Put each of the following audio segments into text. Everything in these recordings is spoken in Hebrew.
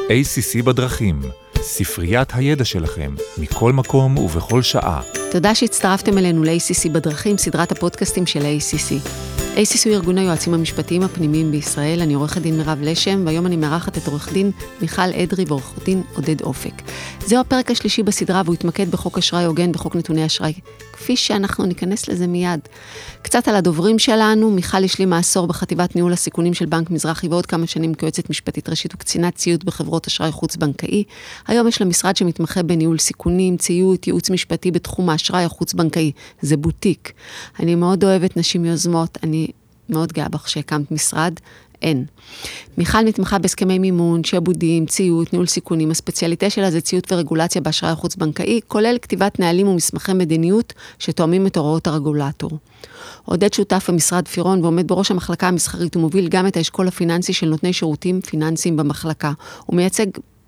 ACC בדרכים, ספריית הידע שלכם, מכל מקום ובכל שעה. תודה שהצטרפתם אלינו ל-ACC בדרכים, סדרת הפודקאסטים של ACC. ACC הוא ארגון היועצים המשפטיים הפנימיים בישראל. אני עורכת דין מירב לשם, והיום אני מארחת את עורך דין מיכל אדרי ועורך דין עודד אופק. זהו הפרק השלישי בסדרה, והוא יתמקד בחוק אשראי הוגן, בחוק נתוני אשראי. כפי שאנחנו ניכנס לזה מיד. קצת על הדוברים שלנו, מיכל השלימה עשור בחטיבת ניהול הסיכונים של בנק מזרחי, ועוד כמה שנים כיועצת משפטית ראשית וקצינת ציות בחברות אשראי חוץ-בנקאי. היום יש לה משרד שמתמחה בניהול סיכונים, ציות, ייעוץ משפטי בתחום האשראי החוץ-בנקאי. זה בוטיק. אני מאוד אוהבת נשים יוזמות, אני מאוד גאה בך שהקמת משרד, אין. מיכל מתמחה בהסכמי מימון, שעבודים, ציות, ניהול סיכונים. הספציאליטה שלה זה ציות ורגולציה באשראי החוץ-בנקאי, כולל כתיבת נהלים ומסמכי מדיניות שתואמים את הוראות הרגולטור. עודד שותף במשרד פירון ועומד בראש המחלקה המסחרית ומוביל גם את האשכול הפיננסי של נותני שירותים פיננסיים במחלקה. הוא מייצג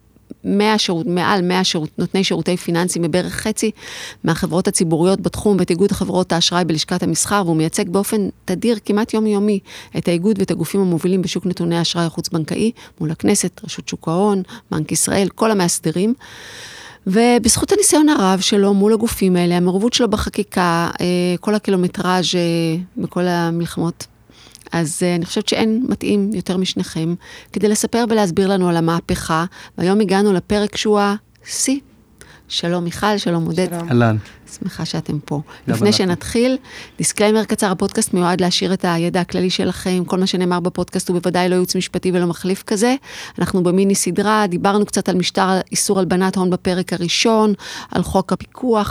מעל 100 נותני שירותי פיננסיים מבערך חצי מהחברות הציבוריות בתחום ואת איגוד חברות האשראי בלשכת המסחר, והוא מייצג באופן תדיר כמעט יומיומי את האיגוד ואת הגופים המובילים בשוק נתוני האשראי החוץ-בנקאי, מול הכנסת, רשות שוק ההון, בנק ישראל, כל המאסדרים. ובזכות הניסיון הרב שלו מול הגופים האלה, המעורבות שלו בחקיקה, כל הקילומטראז' בכל המלחמות, אז אני חושבת שאין מתאים יותר משניכם, כדי לספר ולהסביר לנו על המהפכה, והיום הגענו לפרק שהוא ה-C. שלום מיכל, שלום עודד. אהלן. שמחה שאתם פה. לפני שנתחיל, דיסקליימר קצר, הפודקאסט מיועד להשאיר את הידע הכללי שלכם, כל מה שנאמר בפודקאסט הוא בוודאי לא ייעוץ משפטי ולא מחליף כזה. אנחנו במיני סדרה, דיברנו קצת על משטר איסור הלבנת הון בפרק הראשון, על חוק הפיקוח,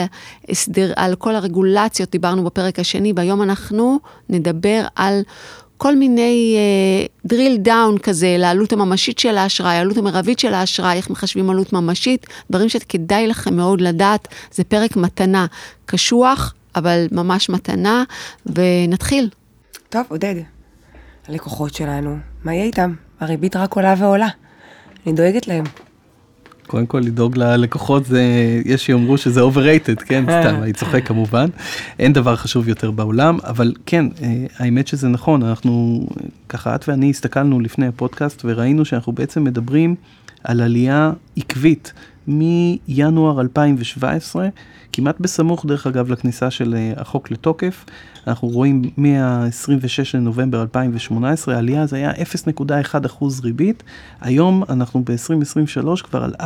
על כל הרגולציות דיברנו בפרק השני, והיום אנחנו נדבר על כל מיני drill down כזה, לעלות הממשית של האשראי, העלות המרבית של האשראי, איך מחשבים עלות ממשית, דברים שכדאי לכם מאוד לדעת, זה פרק מתנה קשוח, אבל ממש מתנה, ונתחיל. טוב, עודד, הלקוחות שלנו, מה יהיה איתם? הריבית רק עולה ועולה, אני דואגת להם. קודם כל, לדאוג ללקוחות, יש שיאמרו שזה overrated, כן? סתם, אני צוחק כמובן. אין דבר חשוב יותר בעולם, אבל כן, האמת שזה נכון, אנחנו, ככה את ואני הסתכלנו לפני הפודקאסט, וראינו שאנחנו בעצם מדברים על עלייה עקבית מינואר 2017, כמעט בסמוך דרך אגב לכניסה של החוק לתוקף, אנחנו רואים מה-26 לנובמבר 2018, העלייה זה היה 0.1% ריבית, היום אנחנו ב-2023 כבר על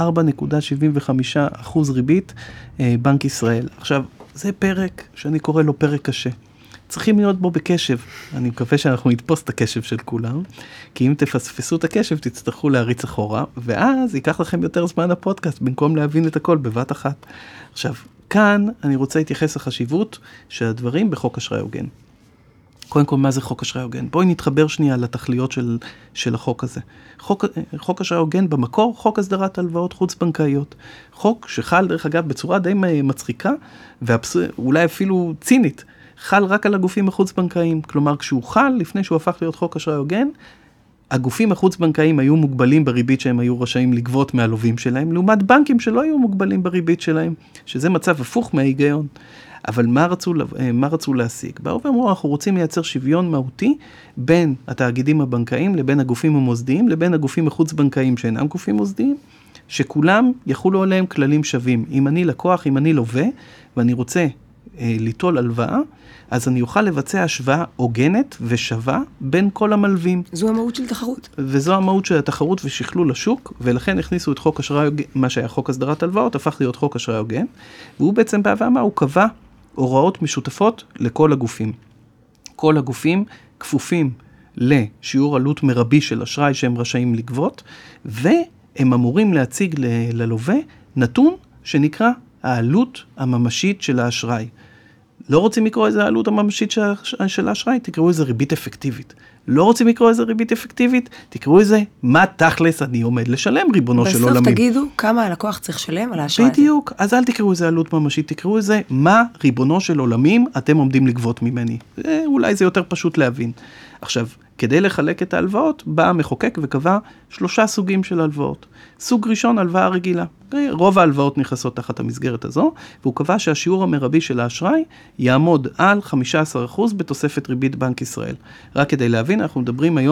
4.75% ריבית בנק ישראל. עכשיו, זה פרק שאני קורא לו פרק קשה. צריכים להיות בו בקשב. אני מקווה שאנחנו נתפוס את הקשב של כולם, כי אם תפספסו את הקשב, תצטרכו להריץ אחורה, ואז ייקח לכם יותר זמן הפודקאסט, במקום להבין את הכל בבת אחת. עכשיו, כאן אני רוצה להתייחס לחשיבות של הדברים בחוק אשראי הוגן. קודם כל, מה זה חוק אשראי הוגן? בואי נתחבר שנייה לתכליות של החוק הזה. חוק אשראי הוגן במקור, חוק הסדרת הלוואות חוץ-בנקאיות. חוק שחל, דרך אגב, בצורה די מצחיקה, ואולי אפילו צינית, חל רק על הגופים החוץ-בנקאיים. כלומר, כשהוא חל, לפני שהוא הפך להיות חוק אשראי הוגן, הגופים החוץ-בנקאיים היו מוגבלים בריבית שהם היו רשאים לגבות מהלווים שלהם, לעומת בנקים שלא היו מוגבלים בריבית שלהם, שזה מצב הפוך מההיגיון. אבל מה רצו להשיג? באו ואמרו, אנחנו רוצים לייצר שוויון מהותי בין התאגידים הבנקאיים לבין הגופים המוסדיים, לבין הגופים החוץ-בנקאיים שאינם גופים מוסדיים, שכולם יחולו עליהם כללים שווים. אם אני לקוח, אם אני לווה, ואני רוצה ליטול הלוואה, אז אני אוכל לבצע השוואה הוגנת ושווה בין כל המלווים. זו המהות של תחרות. וזו המהות של התחרות ושכלול השוק, ולכן הכניסו את חוק אשראי הוגן, מה שהיה חוק הסדרת הלוואות, הפך להיות חוק אשראי הוגן, והוא בעצם בא ואמר, הוא קבע הוראות משותפות לכל הגופים. כל הגופים כפופים לשיעור עלות מרבי של אשראי שהם רשאים לגבות, והם אמורים להציג ללווה נתון שנקרא העלות הממשית של האשראי. לא רוצים לקרוא איזה העלות הממשית של האשראי, תקראו איזה ריבית אפקטיבית. לא רוצים לקרוא איזה ריבית אפקטיבית, תקראו איזה מה תכלס אני עומד לשלם, ריבונו של עולמים. בסוף תגידו כמה הלקוח צריך לשלם על האשראי. בדיוק, אז אל תקראו איזה עלות ממשית, תקראו איזה מה ריבונו של עולמים אתם עומדים לגבות ממני. אולי זה יותר פשוט להבין. עכשיו, כדי לחלק את ההלוואות, בא המחוקק וקבע 3 סוגים של הלוואות. סוג ראשון, הלוואה רגילה. רוב ההלוואות נכנסות תחת המסגרת הזו, והוא קבע שהשיעור המרבי של האשראי יעמוד על 15% בתוספת ריבית בנק ישראל. רק כדי להבין, אנחנו מדברים היום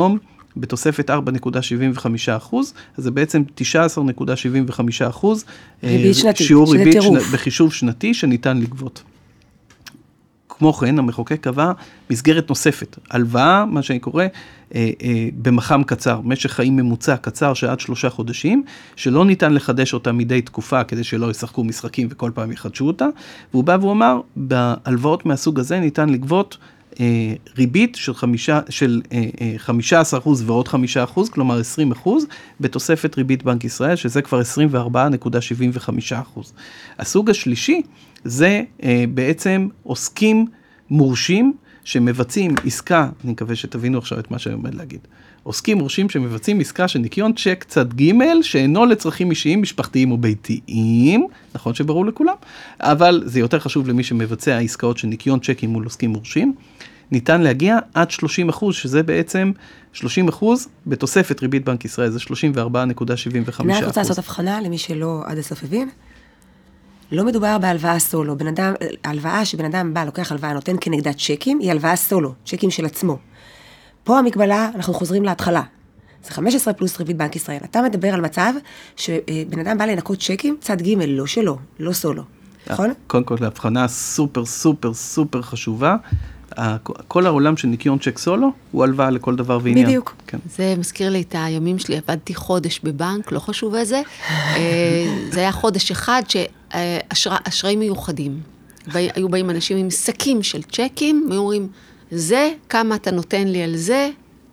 בתוספת 4.75%, אז זה בעצם 19.75%, ריבית שנתית, שיעור ריבית טירוף. בחישוב שנתי שניתן לגבות. כמו כן, המחוקק קבע מסגרת נוספת, הלוואה, מה שאני קורא, במחם קצר, משך חיים ממוצע קצר שעד 3 חודשים, שלא ניתן לחדש אותה מדי תקופה, כדי שלא ישחקו משחקים וכל פעם יחדשו אותה, והוא בא ואומר, בהלוואות מהסוג הזה ניתן לגבות ריבית של 15% ועוד 5%, כלומר 20%, בתוספת ריבית בנק ישראל, שזה כבר 24.75%. הסוג השלישי, זה בעצם עוסקים מורשים שמבצעים עסקה, אני מקווה שתבינו עכשיו את מה שאני עומד להגיד, עוסקים מורשים שמבצעים עסקה של ניקיון צ'ק צד ג' שאינו לצרכים אישיים, משפחתיים או ביתיים, נכון שברור לכולם, אבל זה יותר חשוב למי שמבצע עסקאות של ניקיון צ'קים מול עוסקים מורשים, ניתן להגיע עד 30%, שזה בעצם 30% בתוספת ריבית בנק ישראל, זה 34.75%. אני רוצה לעשות הבחנה למי שלא עד הסוף הבין, לא מדובר בהלוואה סולו, הלוואה שבן אדם בא, לוקח הלוואה, נותן כנגדה צ'קים, היא הלוואה סולו, צ'קים של עצמו. פה המגבלה, אנחנו חוזרים להתחלה. זה 15 פלוס ריבית בנק ישראל. אתה מדבר על מצב שבן אדם בא לנקות צ'קים, צד ג' לא שלו, לא סולו. נכון? קודם כל, להבחנה סופר סופר סופר חשובה. כל העולם של ניקיון צ'ק סולו, הוא הלוואה לכל דבר ועניין. בדיוק. כן. זה מזכיר לי את הימים שלי, עבדתי חודש בבנק, לא חשוב איזה. זה היה חודש אחד שאשראי מיוחדים. היו באים אנשים עם שקים של צ'קים, והיו אומרים, זה, כמה אתה נותן לי על זה,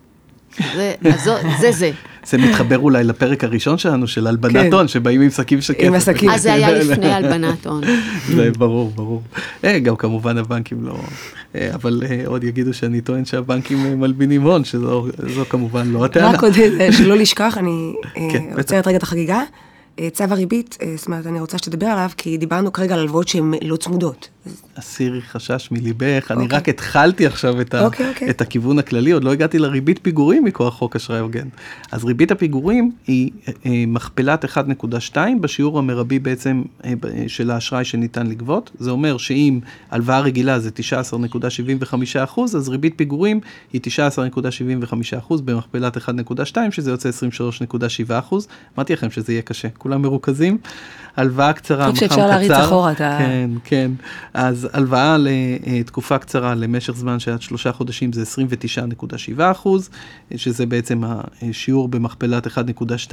זה. זה מתחבר אולי לפרק הראשון שלנו, של הלבנת הון, שבאים עם שקים של כסף. עם השקים. אז זה היה לפני הלבנת הון. זה ברור. גם כמובן הבנקים לא, אבל עוד יגידו שאני טוען שהבנקים מלבינים הון, שזו כמובן לא הטענה. רק עוד שלא לשכח, אני רוצה רגע את החגיגה. צו הריבית, זאת אומרת, אני רוצה שתדבר עליו, כי דיברנו כרגע על הלוואות שהן לא צמודות. הסירי חשש מליבך, אני רק התחלתי עכשיו את הכיוון הכללי, עוד לא הגעתי לריבית פיגורים מכוח חוק אשראי הוגן. אז ריבית הפיגורים היא מכפלת 1.2 בשיעור המרבי בעצם של האשראי שניתן לגבות. זה אומר שאם הלוואה רגילה זה 19.75%, אז ריבית פיגורים היא 19.75% במכפלת 1.2, שזה יוצא 23.7%. אמרתי לכם שזה יהיה קשה. כולם מרוכזים, הלוואה קצרה, מחם קצר, כן, אז הלוואה לתקופה קצרה, למשך זמן שעד 3 חודשים, זה 29.7%, שזה בעצם השיעור במכפלת 1.2,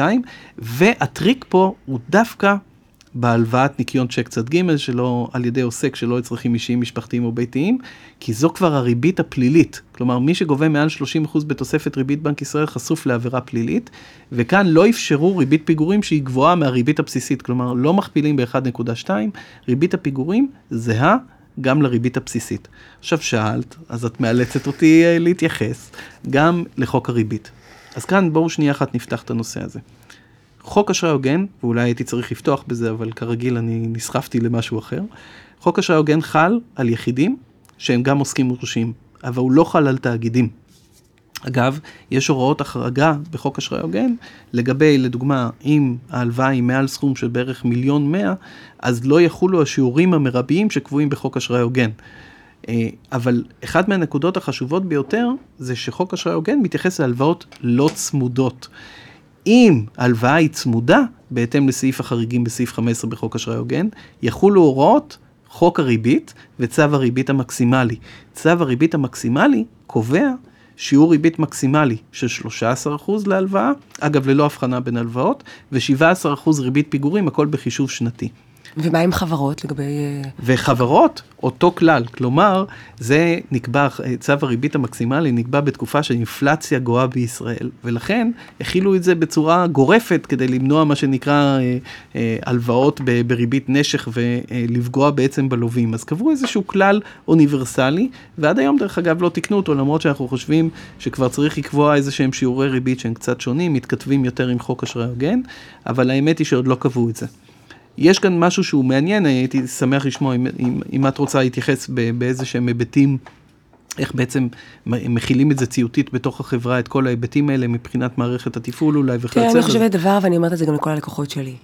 והטריק פה הוא דווקא בהלוואת ניקיון צ'ק צד ג' שלא על ידי עוסק שלא יצרכים אישיים, משפחתיים או ביתיים, כי זו כבר הריבית הפלילית. כלומר, מי שגובה מעל 30% בתוספת ריבית בנק ישראל חשוף לעבירה פלילית, וכאן לא אפשרו ריבית פיגורים שהיא גבוהה מהריבית הבסיסית. כלומר, לא מכפילים ב-1.2, ריבית הפיגורים זהה גם לריבית הבסיסית. עכשיו שאלת, אז את מאלצת אותי להתייחס גם לחוק הריבית. אז כאן בואו שנייה אחת נפתח את הנושא הזה. חוק אשראי הוגן, ואולי הייתי צריך לפתוח בזה, אבל כרגיל אני נסחפתי למשהו אחר. חוק אשראי הוגן חל על יחידים שהם גם עוסקים מורשים, אבל הוא לא חל על תאגידים. אגב, יש הוראות החרגה בחוק אשראי הוגן, לגבי, לדוגמה, אם ההלוואה היא מעל סכום של בערך 1,100,000, אז לא יחולו השיעורים המרביים שקבועים בחוק אשראי הוגן. אבל אחד מהנקודות החשובות ביותר, זה שחוק אשראי הוגן מתייחס להלוואות לא צמודות. אם הלוואה היא צמודה, בהתאם לסעיף החריגים בסעיף 15 בחוק אשראי הוגן, יחולו הוראות חוק הריבית וצו הריבית המקסימלי. צו הריבית המקסימלי קובע שיעור ריבית מקסימלי של 13% להלוואה, אגב ללא הבחנה בין הלוואות, ו17% ריבית פיגורים, הכל בחישוב שנתי. ומה עם חברות לגבי... וחברות, אותו כלל, כלומר, זה נקבע, צו הריבית המקסימלי נקבע בתקופה של אינפלציה גואה בישראל, ולכן הכילו את זה בצורה גורפת, כדי למנוע מה שנקרא הלוואות בריבית נשך, ולפגוע בעצם בלווים. אז קבעו איזשהו כלל אוניברסלי, ועד היום דרך אגב לא תקנו אותו, למרות שאנחנו חושבים שכבר צריך לקבוע איזה שהם שיעורי ריבית שהם קצת שונים, מתכתבים יותר עם חוק אשראי הוגן, אבל האמת היא שעוד לא קבעו את זה. יש כאן משהו שהוא מעניין, הייתי שמח לשמוע אם את רוצה להתייחס באיזה שהם היבטים, איך בעצם מכילים את זה ציוטית בתוך החברה, את כל ההיבטים האלה מבחינת מערכת התפעול אולי וכיוצא. כן, אני חושבת דבר, ואני אומרת את זה גם לכל הלקוחות שלי.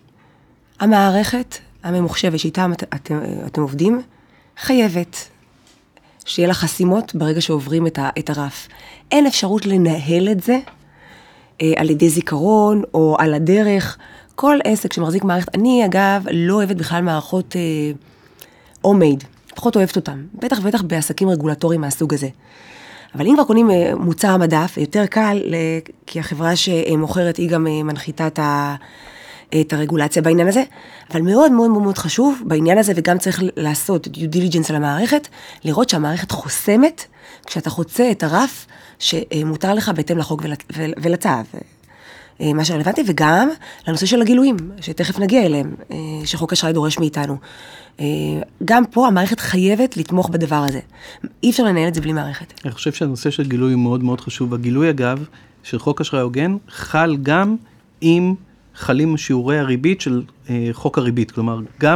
המערכת הממוחשבת שאיתה אתם עובדים, חייבת שיהיה לה חסימות ברגע שעוברים את הרף. אין אפשרות לנהל את זה על ידי זיכרון, או על הדרך, כל עסק שמחזיק מערכת, אני אגב לא אוהבת בכלל מערכות אומייד, פחות אוהבת אותם, בטח ובטח בעסקים רגולטוריים מהסוג הזה. אבל אם כבר קונים מוצר מדף, יותר קל, כי החברה שמוכרת היא גם מנחיתה את הרגולציה בעניין הזה, אבל מאוד מאוד מאוד חשוב בעניין הזה, וגם צריך לעשות due diligence על המערכת, לראות שהמערכת חוסמת, כשאתה חוצה את הרף שמותר לך בהתאם לחוק ולצו, מה שרלוונטי, וגם לנושא של הגילויים, שתכף נגיע אליהם, שחוק אשראי דורש מאיתנו. גם פה המערכת חייבת לתמוך בדבר הזה. אי אפשר לנהל את זה בלי מערכת. אני חושב שהנושא של גילוי הוא מאוד מאוד חשוב. הגילוי, אגב, של חוק אשראי הוגן, חל גם אם חלים שיעורי הריבית של חוק הריבית. כלומר,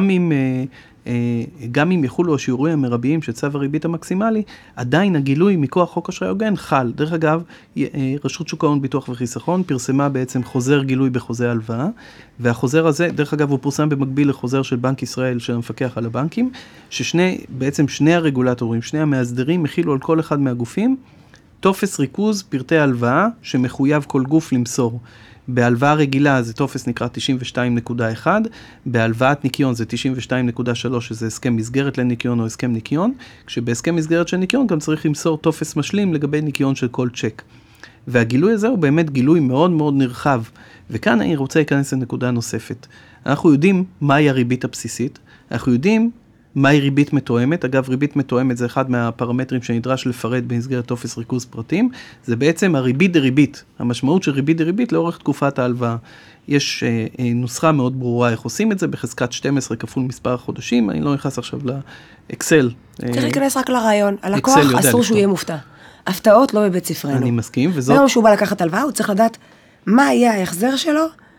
גם אם יחולו השיעורים המרביים של צו הריבית המקסימלי, עדיין הגילוי מכוח חוק אשראי הוגן חל. דרך אגב, רשות שוק ההון ביטוח וחיסכון פרסמה בעצם חוזר גילוי בחוזה הלוואה, והחוזר הזה, דרך אגב, הוא פורסם במקביל לחוזר של בנק ישראל, של המפקח על הבנקים, בעצם שני הרגולטורים, שני המאסדרים, הכילו על כל אחד מהגופים, טופס ריכוז פרטי הלוואה, שמחויב כל גוף למסור. בהלוואה רגילה זה טופס נקרא 92.1, בהלוואת ניקיון זה 92.3, שזה הסכם מסגרת לניקיון או הסכם ניקיון, כשבהסכם מסגרת של ניקיון גם צריך למסור טופס משלים לגבי ניקיון של כל צ'ק. והגילוי הזה הוא באמת גילוי מאוד מאוד נרחב, וכאן אני רוצה להיכנס לנקודה נוספת. אנחנו יודעים מהי הריבית הבסיסית, אנחנו יודעים מהי ריבית מתואמת. אגב, ריבית מתואמת זה אחד מהפרמטרים שנדרש לפרט במסגרת טופס ריכוז פרטים, זה בעצם הריבית דריבית, המשמעות של ריבית דריבית לאורך תקופת ההלוואה. יש נוסחה מאוד ברורה איך עושים את זה, בחזקת 12 כפול מספר החודשים, אני לא נכנס עכשיו לאקסל. צריך להיכנס רק לרעיון, הלקוח אסור שהוא יהיה מופתע. הפתעות לא בבית ספרנו. אני מסכים, וזאת... ביום שהוא בא לקחת הלוואה, הוא צריך לדעת מה יהיה ההחזר שלו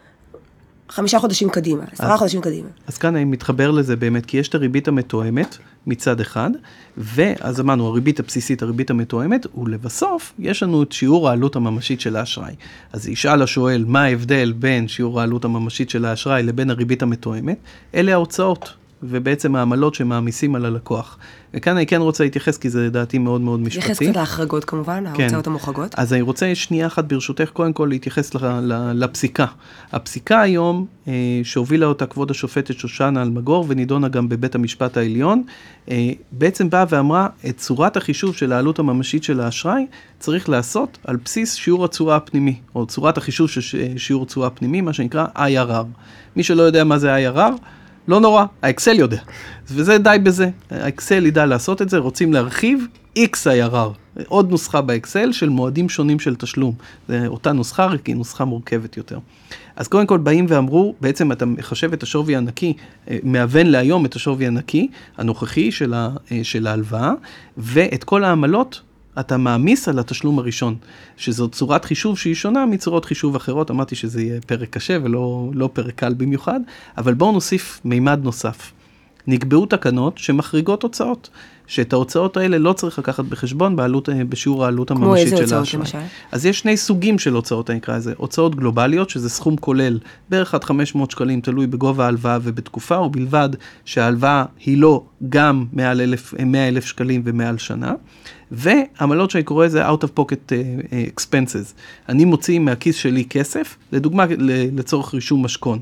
5 חודשים קדימה, 10 חודשים קדימה. אז כאן אני מתחבר לזה באמת, כי יש את הריבית המתואמת מצד אחד, ואז אמרנו, הריבית הבסיסית, הריבית המתואמת, ולבסוף יש לנו את שיעור העלות הממשית של האשראי. אז ישאל השואל, מה ההבדל בין שיעור העלות הממשית של האשראי לבין הריבית המתואמת? אלה ההוצאות, ובעצם העמלות שמעמיסים על הלקוח. וכאן אני כן רוצה להתייחס, כי זה דעתי מאוד מאוד משפטי. להתייחס קצת להחרגות כמובן, ההוצאות המוחרגות. אז אני רוצה שנייה אחת ברשותך, קודם כל להתייחס לפסיקה. הפסיקה היום, שהובילה אותה כבוד השופטת שושנה אלמגור, ונידונה גם בבית המשפט העליון, בעצם באה ואמרה, את צורת החישוב של העלות הממשית של האשראי, צריך לעשות על בסיס שיעור התשואה הפנימי, או צורת החישוב של שיעור התשואה הפנימי, מה שנקרא IRR. מי שלא יודע מה זה IRR, לא נורא, האקסל יודע, וזה די בזה, האקסל ידע לעשות את זה, רוצים להרחיב XIRR, עוד נוסחה באקסל של מועדים שונים של תשלום, זה אותה נוסחה, רק היא נוסחה מורכבת יותר. אז קודם כל באים ואמרו, בעצם אתה מחשב את השווי הנקי, מהוון להיום את השווי הנקי, הנוכחי של ההלוואה, ואת כל העמלות, אתה מעמיס על התשלום הראשון, שזו צורת חישוב שהיא שונה מצורות חישוב אחרות, אמרתי שזה יהיה פרק קשה ולא פרק קל במיוחד, אבל בואו נוסיף מימד נוסף. נקבעו תקנות שמחריגות הוצאות, שאת ההוצאות האלה לא צריך לקחת בחשבון בשיעור העלות הממשית של האשראי. אז יש שני סוגים של הוצאות, אני אקרא לזה, הוצאות גלובליות, שזה סכום כולל בערך עד 500 שקלים, תלוי בגובה ההלוואה ובתקופה, ובלבד שההלוואה היא לא גם 100,000 שקלים ומעל שנה, ועמלות שאני קורא לזה out of pocket expenses. אני מוציא מהכיס שלי כסף, לדוגמה לצורך רישום משכון.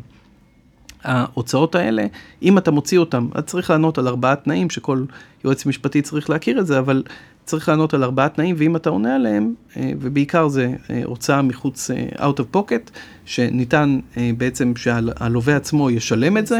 ההוצאות האלה, אם אתה מוציא אותם, אתה צריך לענות על 4 תנאים, שכל יועץ משפטי צריך להכיר את זה, אבל צריך לענות על 4 תנאים, ואם אתה עונה עליהם, ובעיקר זה הוצאה מחוץ out of pocket, שניתן בעצם שהלווה עצמו ישלם את זה.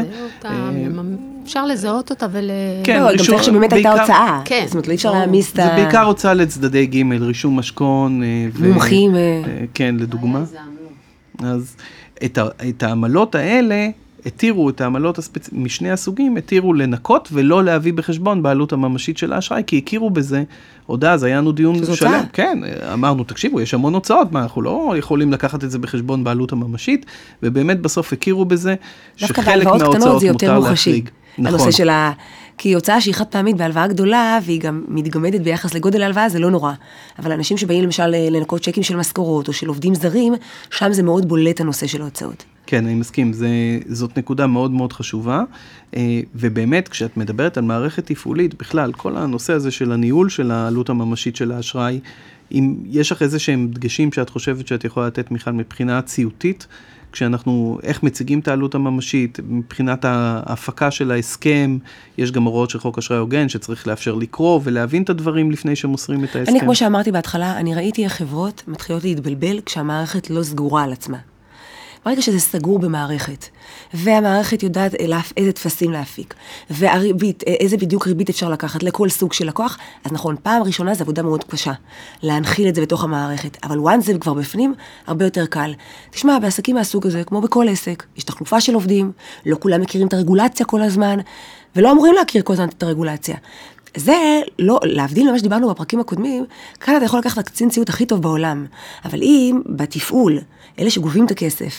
אפשר לזהות אותה כן, גם צריך שבאמת הייתה הוצאה. כן. זאת אומרת, לא אפשר להעמיס את זה בעיקר הוצאה לצדדי ג', רישום משכון. מומחים. כן, לדוגמה. אז את העמלות האלה, התירו את העמלות משני הסוגים, התירו לנקות ולא להביא בחשבון בעלות הממשית של האשראי, כי הכירו בזה, עוד אז היה לנו דיון שלם. כן, אמרנו, תקשיבו, יש המון הוצאות, מה, אנחנו לא יכולים לקחת את זה בחשבון בעלות הממשית, ובאמת בסוף הכירו בזה, שחלק מההוצאות מותר להחריג. הנושא של כי הוצאה שהיא חד פעמית בהלוואה גדולה, והיא גם מתגמדת ביחס לגודל ההלוואה, זה לא נורא. אבל אנשים שבאים למשל לנקות צ'קים של משכורות, או של עובדים זרים, שם זה מאוד בולט הנושא של ההוצאות. כן, אני מסכים, זאת נקודה מאוד מאוד חשובה, ובאמת כשאת מדברת על מערכת תפעולית, בכלל, כל הנושא הזה של הניהול של העלות הממשית של האשראי, אם יש לך איזה שהם דגשים שאת חושבת שאת יכולה לתת מיכל מבחינה ציותית, כשאנחנו, איך מציגים את העלות הממשית, מבחינת ההפקה של ההסכם, יש גם הוראות של חוק אשראי הוגן, שצריך לאפשר לקרוא ולהבין את הדברים לפני שמוסרים את ההסכם. אני, כמו שאמרתי בהתחלה, אני ראיתי איך חברות מתחילות להתבלבל כשהמערכת לא סגורה על עצמה. ברגע שזה סגור במערכת, והמערכת יודעת איזה תפסים להפיק, והריבית, איזה בדיוק ריבית אפשר לקחת לכל סוג של לקוח, אז נכון, פעם ראשונה זה עבודה מאוד קשה, להנחיל את זה בתוך המערכת, אבל once זה כבר בפנים, הרבה יותר קל. תשמע, בעסקים מהסוג הזה, כמו בכל עסק, יש תחלופה של עובדים, לא כולם מכירים את הרגולציה כל הזמן, ולא אמורים להכיר כל הזמן את הרגולציה. זה לא, להבדיל ממה שדיברנו בפרקים הקודמים, כאן אתה יכול לקחת את הקצין ציות הכי טוב בעולם, אבל אם בתפעול, אלה שגובים את הכסף,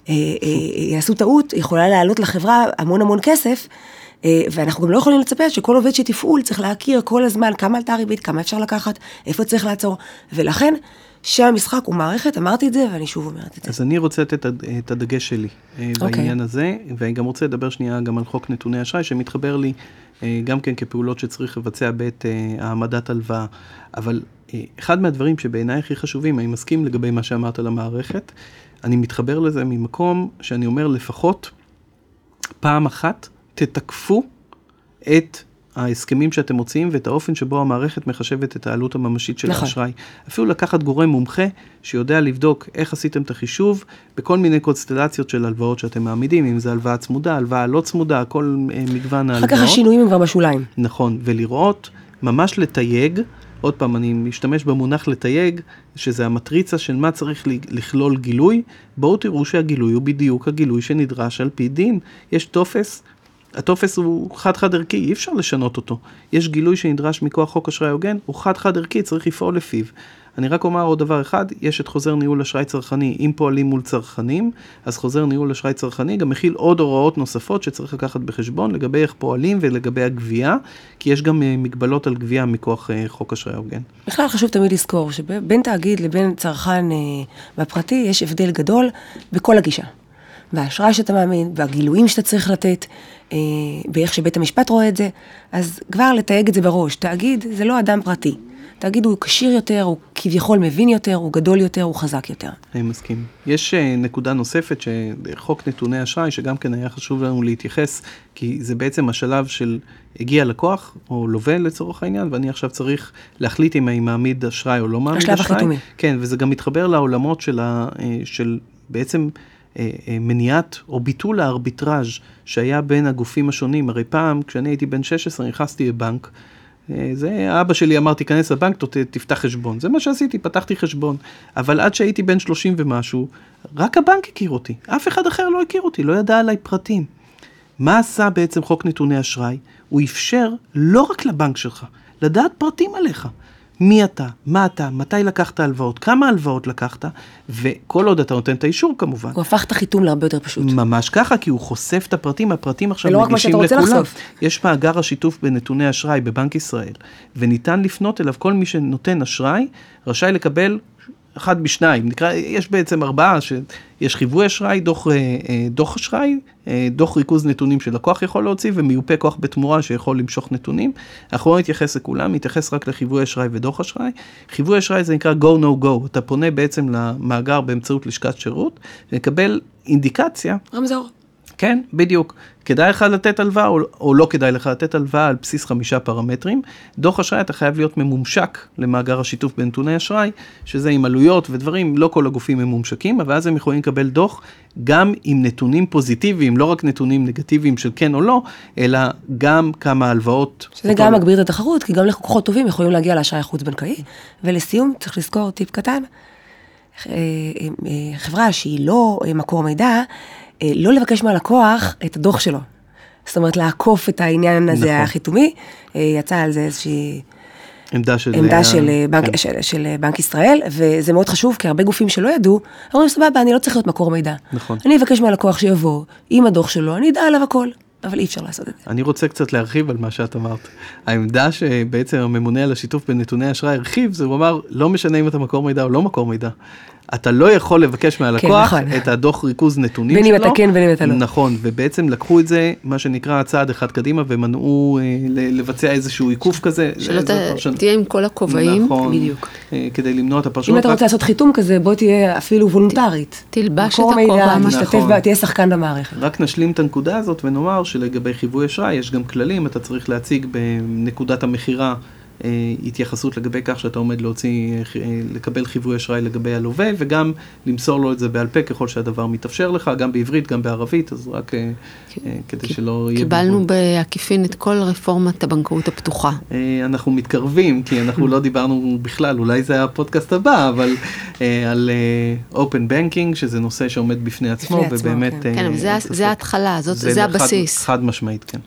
יעשו טעות, יכולה לעלות לחברה המון המון כסף, ואנחנו גם לא יכולים לצפות שכל עובד שתפעול צריך להכיר כל הזמן כמה עלתה הריבית, כמה אפשר לקחת, איפה צריך לעצור, ולכן שם המשחק הוא מערכת, אמרתי את זה ואני שוב אומרת את זה. אז אני רוצה לתת את הדגש שלי בעניין הזה, ואני גם רוצה לדבר שנייה גם על חוק נתוני אשראי, שמתחבר לי גם כן כפעולות שצריך לבצע בעת העמדת הלוואה, אבל אחד מהדברים שבעיניי הכי חשובים, אני מסכים לגבי מה שאמרת על המערכת, אני מתחבר לזה ממקום שאני אומר לפחות פעם אחת תתקפו את ההסכמים שאתם מוצאים ואת האופן שבו המערכת מחשבת את העלות הממשית של האשראי. אפילו לקחת גורם מומחה שיודע לבדוק איך עשיתם את החישוב בכל מיני קונסטלציות של הלוואות שאתם מעמידים, אם זה הלוואה צמודה, הלוואה לא צמודה, כל מגוון ההלוואות. אחר כך השינויים הם כבר בשוליים. נכון, ולראות, ממש לתייג, עוד פעם אני משתמש במונח לתייג, שזה המטריצה של מה צריך לכלול גילוי, בואו תראו שהגילוי הוא בדיוק הגילוי שנדרש על פי דין. יש טופס, הטופס הוא חד ערכי, אי אפשר לשנות אותו. יש גילוי שנדרש מכוח חוק אשראי הוגן, הוא חד ערכי, צריך לפעול לפיו. אני רק אומר עוד דבר אחד, יש את חוזר ניהול אשראי צרכני, אם פועלים מול צרכנים, אז חוזר ניהול אשראי צרכני גם מכיל עוד הוראות נוספות שצריך לקחת בחשבון לגבי איך פועלים ולגבי הגבייה, כי יש גם מגבלות על גבייה מכוח חוק אשראי הוגן. בכלל חשוב תמיד לזכור שבין תאגיד לבין צרכן בפרטי יש הבדל גדול בכל הגישה. והאשראי שאתה מאמין, והגילויים שאתה צריך לתת, באיך שבית המשפט רואה את זה, אז כבר לתייג את זה בראש. תאגיד זה לא אדם פרטי. תאגיד הוא קשיר יותר, הוא כביכול מבין יותר, הוא גדול יותר, הוא חזק יותר. אני מסכים. יש נקודה נוספת שחוק נתוני אשראי, שגם כן היה חשוב לנו להתייחס, כי זה בעצם השלב של הגיע לקוח, או לווה לצורך העניין, ואני עכשיו צריך להחליט אם אני מעמיד אשראי או לא מעמיד אשראי. השלב החיתומי. כן, וזה גם מתחבר לעולמות של בעצם מניעת או ביטול הארביטראז' שהיה בין הגופים השונים. הרי פעם, כשאני הייתי בן 16, נכנסתי לבנק, זה, אבא שלי אמר, תיכנס לבנק, תפתח חשבון. זה מה שעשיתי, פתחתי חשבון. אבל עד שהייתי בן 30 ומשהו, רק הבנק הכיר אותי. אף אחד אחר לא הכיר אותי, לא ידע עליי פרטים. מה עשה בעצם חוק נתוני אשראי? הוא אפשר לא רק לבנק שלך, לדעת פרטים עליך. מי אתה, מה אתה, מתי לקחת הלוואות, כמה הלוואות לקחת, וכל עוד אתה נותן את האישור כמובן. הוא הפך את החיתום להרבה יותר פשוט. ממש ככה, כי הוא חושף את הפרטים, הפרטים עכשיו לא מגישים לכולם. יש מאגר השיתוף בנתוני אשראי בבנק ישראל, וניתן לפנות אליו כל מי שנותן אשראי, רשאי לקבל אחד משניים, יש בעצם 4, שיש חיווי אשראי, דוח אשראי, דוח ריכוז נתונים שלקוח יכול להוציא, ומיופה כוח בתמורה שיכול למשוך נתונים. אנחנו לא נתייחס לכולם, נתייחס רק לחיווי אשראי ודוח אשראי. חיווי אשראי זה נקרא go no go, אתה פונה בעצם למאגר באמצעות לשכת שירות, ונקבל אינדיקציה. רמזור. כן, בדיוק. כדאי לך לתת הלוואה או לא כדאי לך לתת הלוואה על בסיס 5 פרמטרים. דוח אשראי אתה חייב להיות ממומשק למאגר השיתוף בנתוני אשראי, שזה עם עלויות ודברים, לא כל הגופים הם מומשקים, אבל אז הם יכולים לקבל דוח גם עם נתונים פוזיטיביים, לא רק נתונים נגטיביים של כן או לא, אלא גם כמה הלוואות. שזה גם מגביר את התחרות, כי גם לקוחות טובים יכולים להגיע לאשראי חוץ בנקאי. ולסיום, צריך לזכור טיפ קטן, חברה שהיא לא מקור מידע, לא לבקש מהלקוח את הדוח שלו. זאת אומרת, לעקוף את העניין הזה נכון. החיתומי, יצא על זה איזושהי עמדה של בנק ישראל, וזה מאוד חשוב, כי הרבה גופים שלא ידעו, אומרים, סבבה, אני לא צריך להיות מקור מידע. נכון. אני אבקש מהלקוח שיבוא עם הדוח שלו, אני אדע עליו הכל, אבל אי אפשר לעשות את זה. אני רוצה קצת להרחיב על מה שאת אמרת. העמדה שבעצם הממונה על השיתוף בנתוני אשראי הרחיב, זה הוא אמר, לא משנה אם אתה מקור מידע או לא מקור מידע. אתה לא יכול לבקש מהלקוח נכון. את הדוח ריכוז נתונים בין שלו. אם אתה כן, בין אם אתה לא. נכון, ובעצם לקחו את זה, מה שנקרא צעד אחד קדימה, ומנעו לבצע איזשהו עיקוף כזה. שלא תהיה עם כל הכובעים. נכון, בדיוק. כדי למנוע את אם הפרשנות. אתה רוצה לעשות חיתום כזה, בוא תהיה אפילו וולונטרית. תלבש את מקור הכובע. מידע, נכון. תשתתף בה, תהיה שחקן במערכת. רק נשלים את הנקודה הזאת ונאמר שלגבי חיווי אשראי יש גם כללים, אתה צריך להציג בנקודת המחירה התייחסות לגבי כך שאתה עומד לקבל חיווי אשראי לגבי הלווה, וגם למסור לו את זה בעל פה ככל שהדבר מתאפשר לך, גם בעברית, גם בערבית, אז רק כדי שלא יהיה... קיבלנו בעקיפין את כל רפורמת הבנקאות הפתוחה. אנחנו מתקרבים, כי אנחנו לא דיברנו בכלל, אולי זה הפודקאסט הבא, אבל על Open Banking, שזה נושא שעומד בפני עצמו, ובאמת... כן, אבל זה ההתחלה, זה הבסיס. חד משמעית, כן.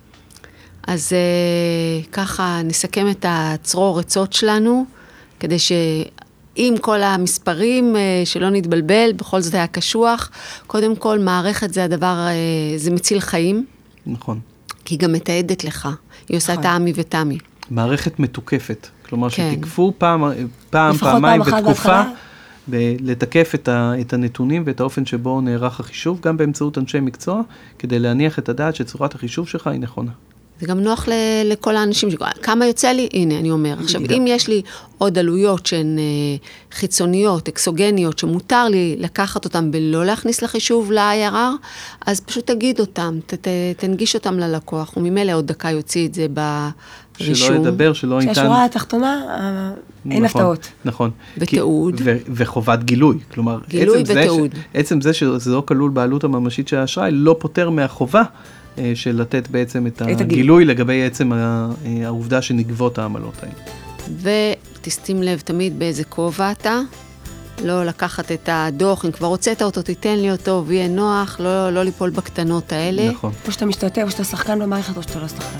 אז ככה נסכם את הצרור רצות שלנו, כדי שעם כל המספרים שלא נתבלבל, בכל זאת היה קשוח, קודם כל מערכת זה הדבר, זה מציל חיים. נכון. כי היא גם מתעדת לך, היא עושה את העמי ותמי. מערכת מתוקפת, כלומר כן. שתקפו פעמיים בתקופה, לתקף את הנתונים ואת האופן שבו נערך החישוב, גם באמצעות אנשי מקצוע, כדי להניח את הדעת שצורת החישוב שלך היא נכונה. זה גם נוח לכל האנשים, כמה יוצא לי? הנה, אני אומר. עכשיו, אם יש לי עוד עלויות שהן חיצוניות, אקסוגניות, שמותר לי לקחת אותן ולא להכניס לחישוב ל-IRR, אז פשוט תגיד אותם, תנגיש אותם ללקוח, וממילא עוד דקה יוציא את זה ברישום. שלא ידבר, שלא ניתן... שהשורה התחתונה, אין הפתעות. נכון. ותיעוד. וחובת גילוי. כלומר, גילוי ותיעוד. עצם זה שזה לא כלול בעלות הממשית של האשראי, לא פותר מהחובה של לתת בעצם את הגילוי לגבי עצם העובדה שנגבות העמלות האלה. ותשים לב תמיד באיזה כובע אתה, לא לקחת את הדוח, אם כבר הוצאת אותו, תיתן לי אותו ויהיה נוח, לא ליפול בקטנות האלה. נכון. או שאתה משתתף, או שאתה שחקן במערכת, או שאתה לא שחקן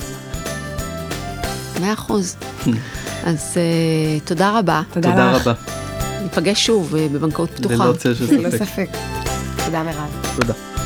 במערכת. 100%. אז תודה רבה. תודה רבה. ניפגש שוב בבנקאות פתוחה. ללא צל של ספק. ללא ספק. תודה מירב. תודה.